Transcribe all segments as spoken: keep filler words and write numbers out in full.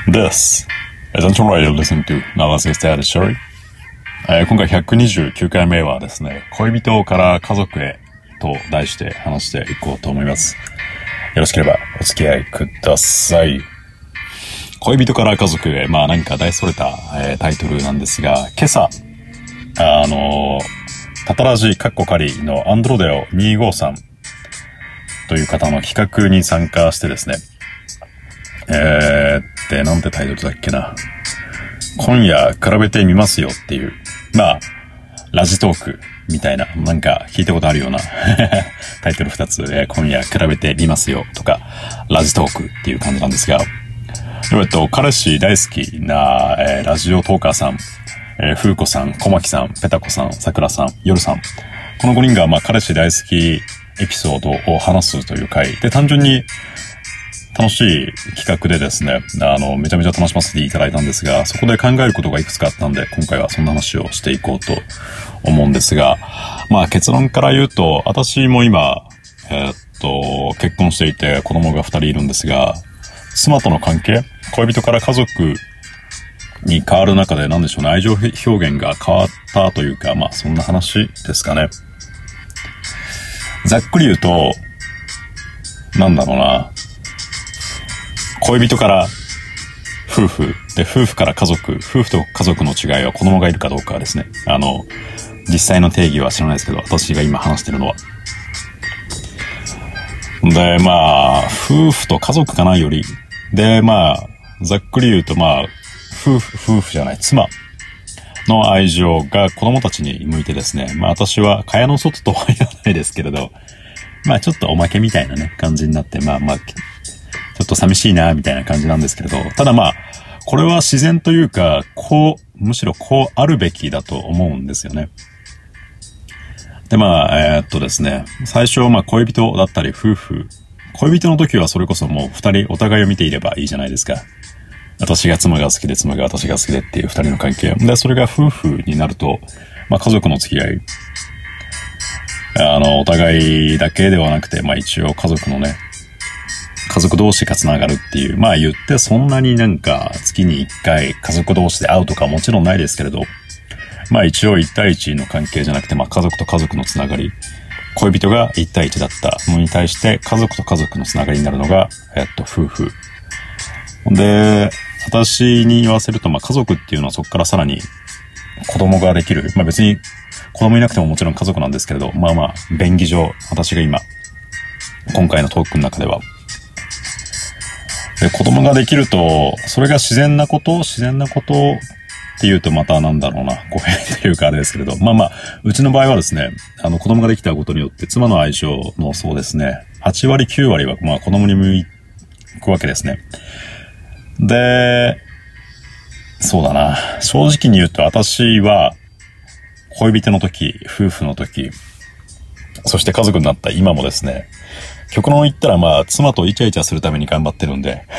This is Antonio you're listening to Now Let's Get Started, Shall we? えー今回ひゃくにじゅうきゅうかいめはですね、恋人から家族へと題して話していこうと思います。よろしければお付き合いください。恋人から家族へ、まあ何か大それた、えータイトルなんですが、今朝、あのー、タタラジカッコカリのアンドロデオにじゅうごさんという方の企画に参加してですね、えーってなんてタイトルだっけな。今夜比べてみますよっていう、まあ、ラジトークみたいな、なんか聞いたことあるようなタイトル二つ、えー、今夜比べてみますよとか、ラジトークっていう感じなんですが、えっと、彼氏大好きな、えー、ラジオトーカーさん、えー、ふうこさん、こまきさん、ペタコさん、さくらさん、よるさん。このごにんが、まあ、彼氏大好きエピソードを話すという回で、単純に楽しい企画でですね、あの、めちゃめちゃ楽しませていただいたんですが、そこで考えることがいくつかあったんで、今回はそんな話をしていこうと思うんですが、まあ結論から言うと、私も今、えーっと、結婚していて子供がふたりいるんですが、妻との関係、恋人から家族に変わる中で何でしょうね、愛情表現が変わったというか、まあそんな話ですかね。ざっくり言うと、なんだろうな、恋人から夫婦で、夫婦から家族、夫婦と家族の違いは子供がいるかどうかですね。あの、実際の定義は知らないですけど、私が今話してるのは。で、まあ、夫婦と家族かなより。で、まあ、ざっくり言うと、まあ、夫婦、夫婦じゃない、妻の愛情が子供たちに向いてですね。まあ私は蚊帳の外とは言わないですけれど、まあちょっとおまけみたいなね、感じになって、まあまあ、ちょっと寂しいな、みたいな感じなんですけれど、ただまあ、これは自然というか、こう、むしろこうあるべきだと思うんですよね。でまあ、えー、っとですね、最初、まあ恋人だったり夫婦、恋人の時はそれこそもう二人お互いを見ていればいいじゃないですか。私が妻が好きで妻が私が好きでっていう二人の関係。で、それが夫婦になると、まあ家族の付き合い。あの、お互いだけではなくて、まあ一応家族のね、家族同士が繋がるっていう。まあ言ってそんなになんか月に一回家族同士で会うとかもちろんないですけれど、まあ一応一対一の関係じゃなくて、まあ家族と家族の繋がり。恋人が一対一だったのに対して家族と家族の繋がりになるのが、えっと、夫婦。で、私に言わせると、まあ家族っていうのはそこからさらに子供ができる。まあ別に子供いなくてももちろん家族なんですけれど、まあまあ、便宜上、私が今、今回のトークの中では、で、子供ができると、それが自然なこと、自然なことっていうとまたなんだろうな、語弊というかあれですけれど、まあまあ、うちの場合はですね、あの子供ができたことによって妻の愛情のそうですね、はちわりきゅうわりはまあ子供に向くわけですね。で、そうだな、正直に言うと私は恋人の時、夫婦の時、そして家族になった今もですね、極論言ったらまあ妻とイチャイチャするために頑張ってるんで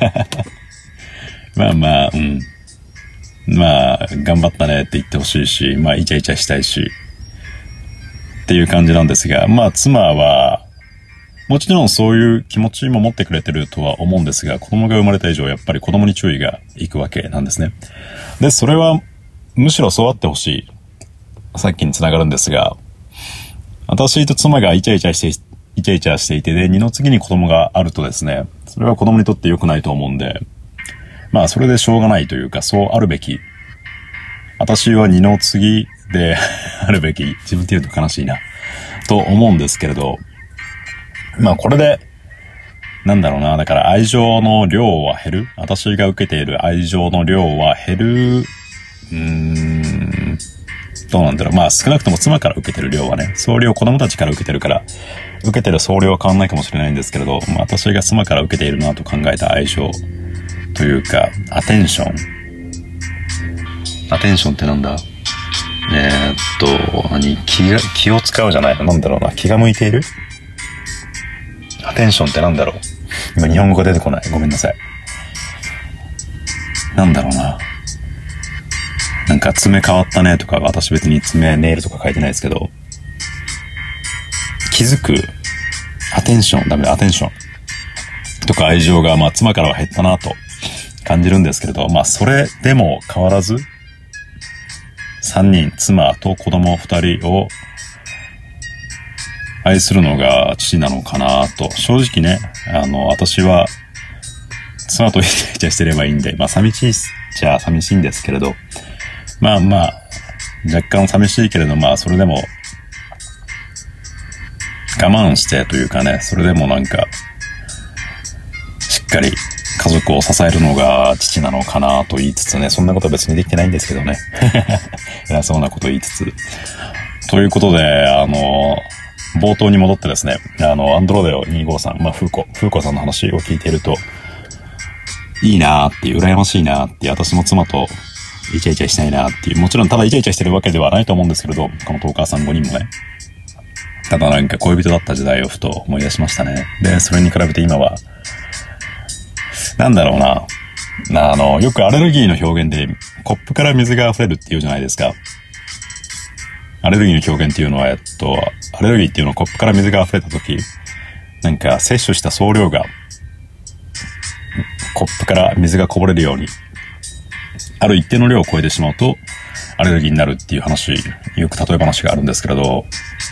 まあまあうんまあ頑張ったねって言ってほしいし、まあイチャイチャしたいしっていう感じなんですが、まあ妻はもちろんそういう気持ちも持ってくれてるとは思うんですが、子供が生まれた以上やっぱり子供に注意がいくわけなんですね。でそれはむしろそうあってほしい、さっきに繋がるんですが、私と妻がイチャイチャしてイチャイチャしていて、で、二の次に子供があるとですね、それは子供にとって良くないと思うんで、まあ、それでしょうがないというか、そうあるべき。私は二の次であるべき。自分で言うと悲しいな。と思うんですけれど、まあ、これで、なんだろうな、だから愛情の量は減る。私が受けている愛情の量は減る。うーん、どうなんだろう。まあ、少なくとも妻から受けてる量はね、総量子供たちから受けてるから、受けてる総量は変わんないかもしれないんですけれど、まあ、私が妻から受けているなと考えた愛情というか、アテンション。アテンションってなんだ？えー、っと、何気が、気を使うじゃないの？なんだろうな。気が向いている？アテンションってなんだろう？今日本語が出てこない。ごめんなさい。なんだろうな。なんか爪変わったねとか、私別に爪ネイルとか書いてないですけど、気づくアテンション、ダメだ、アテンションとか愛情が、まあ妻からは減ったなと感じるんですけれど、まあそれでも変わらず、さんにん、妻と子供ふたりを愛するのが父なのかなと。正直ね、あの、私は妻とイチャイチャしてればいいんで、まあ寂しいっちゃ寂しいんですけれど、まあまあ、若干寂しいけれど、まあそれでも我慢してというかね、それでもなんか、しっかり家族を支えるのが父なのかなと言いつつね、そんなことは別にできてないんですけどね。偉そうなこと言いつつ。ということで、あの、冒頭に戻ってですね、あの、アンドロデオにひゃくごじゅうさん、まあ、フーコ、フーコさんの話を聞いていると、いいなーっていう、羨ましいなーっていう、私も妻とイチャイチャしたいなーっていう、もちろんただイチャイチャしてるわけではないと思うんですけれど、このトーカーさんごにんもね、ただなんか恋人だった時代をふと思い出しましたね。で、それに比べて今は、なんだろうな。あの、よくアレルギーの表現で、コップから水が溢れるっていうじゃないですか。アレルギーの表現っていうのは、えっと、アレルギーっていうのはコップから水が溢れたとき、なんか摂取した総量が、コップから水がこぼれるように、ある一定の量を超えてしまうと、アレルギーになるっていう話、よく例え話があるんですけれど、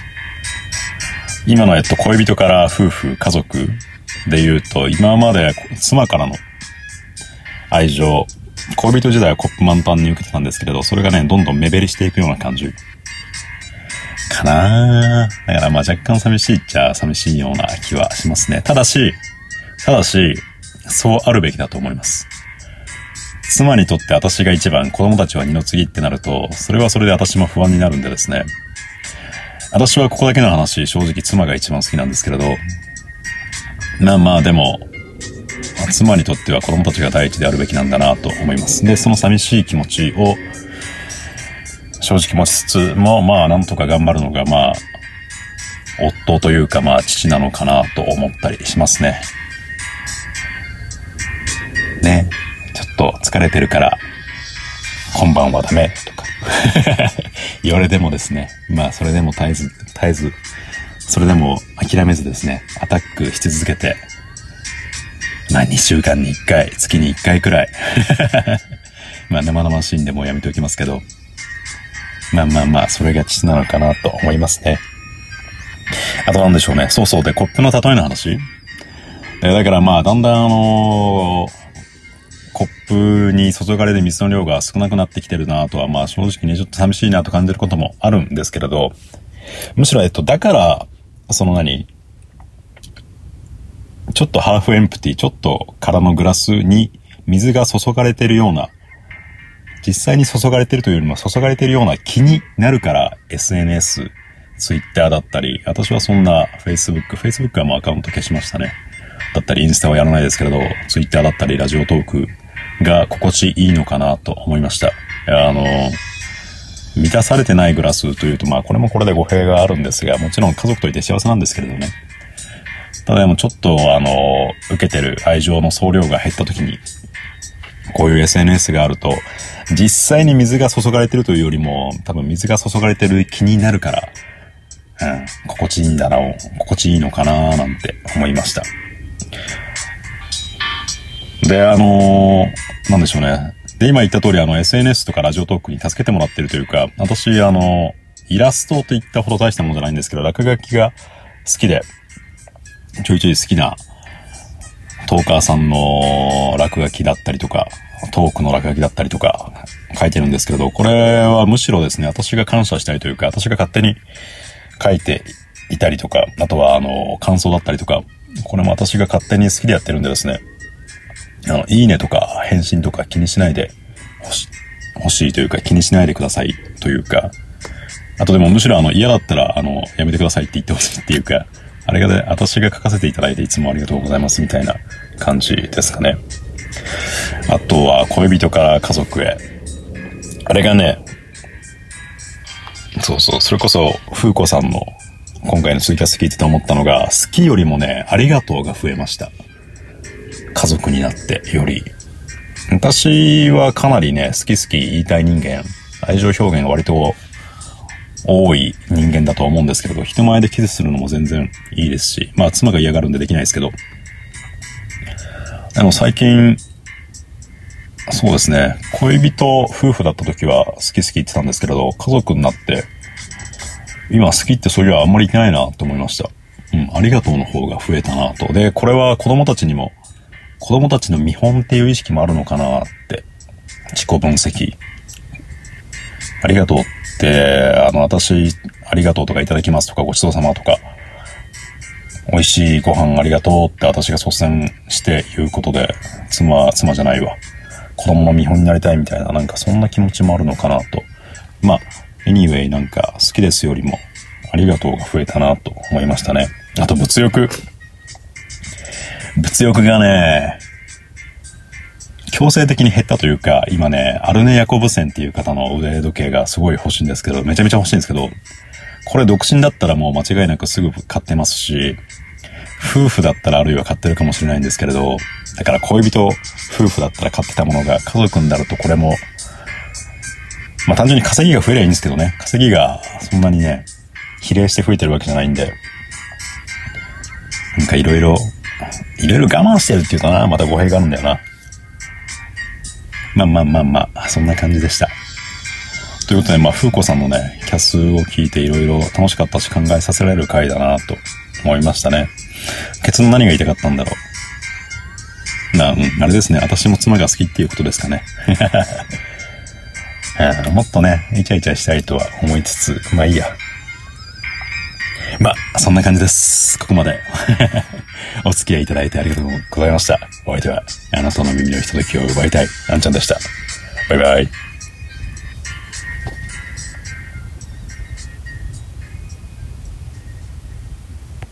今のえっと、恋人から夫婦、家族で言うと、今まで妻からの愛情、恋人時代はコップ満タンに受けてたんですけれど、それがね、どんどん目減りしていくような感じ。かなぁ。だからまあ若干寂しいっちゃ寂しいような気はしますね。ただし、ただし、そうあるべきだと思います。妻にとって私が一番、子供たちは二の次ってなると、それはそれで私も不安になるんでですね。私はここだけの話、正直妻が一番好きなんですけれど、まあまあでも、妻にとっては子供たちが第一であるべきなんだなと思います。で、その寂しい気持ちを正直持ちつつも、まあなんとか頑張るのがまあ、夫というかまあ父なのかなと思ったりしますね。ね、ちょっと疲れてるから、今晩はダメとか言われてもですね、まあそれでも絶えず、絶えず、それでも諦めずですね、アタックし続けて、まあにしゅうかんにいっかい、月にいっかいくらい。まあ生々しいんでもうやめておきますけど。まあまあまあ、それが父なのかなと思いますね。あとなんでしょうね。そうそう。で、コップの例えの話。でだからまあ、だんだんあのー、コップに注がれる水の量が少なくなってきてるなとは、まあ正直にちょっと寂しいなと感じることもあるんですけれど、むしろえっと、だから、その何ちょっとハーフエンプティ、ちょっと空のグラスに水が注がれてるような、実際に注がれてるというよりも注がれてるような気になるから エスエヌエス、Twitter だったり、私はそんな Facebook、Facebook はもうアカウント消しましたね。だったりインスタはやらないですけれど、Twitter だったりラジオトークが心地いいのかなと思いました。あの、満たされてないグラスというと、まあこれもこれで語弊があるんですが、もちろん家族といて幸せなんですけれどね。ただでもちょっとあの、受けてる愛情の総量が減った時に、こういう エスエヌエス があると、実際に水が注がれてるというよりも、多分水が注がれてる気になるから、うん、心地いいんだな、心地いいのかななんて思いました。で、あのー、なんでしょうね。で、今言った通りあの エスエヌエス とかラジオトークに助けてもらってるというか、私あの、イラストといったほど大したものじゃないんですけど、落書きが好きで、ちょいちょい好きなトーカーさんの落書きだったりとか、トークの落書きだったりとか書いてるんですけれど、これはむしろですね、私が感謝したりというか、私が勝手に書いていたりとか、あとはあの、感想だったりとか、これも私が勝手に好きでやってるんでですね、あの、いいねとか返信とか気にしないで欲し、欲しいというか気にしないでくださいというか、あとでもむしろあの、嫌だったらあの、やめてくださいって言ってほしいっていうか、あれがね、私が書かせていただいていつもありがとうございますみたいな感じですかね。あとは恋人から家族へ。あれがね、そうそう、それこそ、風子さんの今回のツイキャス聞いてて思ったのが、好きよりもね、ありがとうが増えました。家族になってより。私はかなりね、好き好き言いたい人間、愛情表現が割と多い人間だとは思うんですけれど、人前でキスするのも全然いいですし、まあ妻が嫌がるんでできないですけど、でも最近、 そうですね。恋人、夫婦だった時は好き好き言ってたんですけれど、家族になって、今好きってそれはあんまり言ってないなと思いました。うん、ありがとうの方が増えたなと。で、これは子供たちにも、子供たちの見本っていう意識もあるのかなって、自己分析。ありがとうって、あの、私、ありがとうとかいただきますとか、ごちそうさまとか、美味しいご飯ありがとうって私が率先して言うことで、妻、妻じゃないわ。子供の見本になりたいみたいな、なんかそんな気持ちもあるのかなと。まあ、anyway なんか好きですよりも、ありがとうが増えたなと思いましたね。あと物欲。物欲がね、強制的に減ったというか、今ね、アルネ・ヤコブセンっていう方の腕時計がすごい欲しいんですけど、めちゃめちゃ欲しいんですけど、これ独身だったらもう間違いなくすぐ買ってますし、夫婦だったらあるいは買ってるかもしれないんですけれど、だから恋人、夫婦だったら買ってたものが家族になるとこれも、まあ単純に稼ぎが増えればいいんですけどね、稼ぎがそんなにね、比例して増えてるわけじゃないんで、なんかいろいろ、いろいろ我慢してるっていうとな、また語弊があるんだよな。まあまあまあまあ、そんな感じでした。ということで、まあ、風子さんのね、キャスを聞いていろいろ楽しかったし考えさせられる回だなと思いましたね。結論何が言いたかったんだろう。な、うん、あれですね。私も妻が好きっていうことですかね。もっとね、イチャイチャしたいとは思いつつ、まあいいや。まあ、そんな感じです。ここまで。お付き合いいただいてありがとうございました。お相手は、あなたの耳のひとときを奪いたい、あんちゃんでした。バイバイ。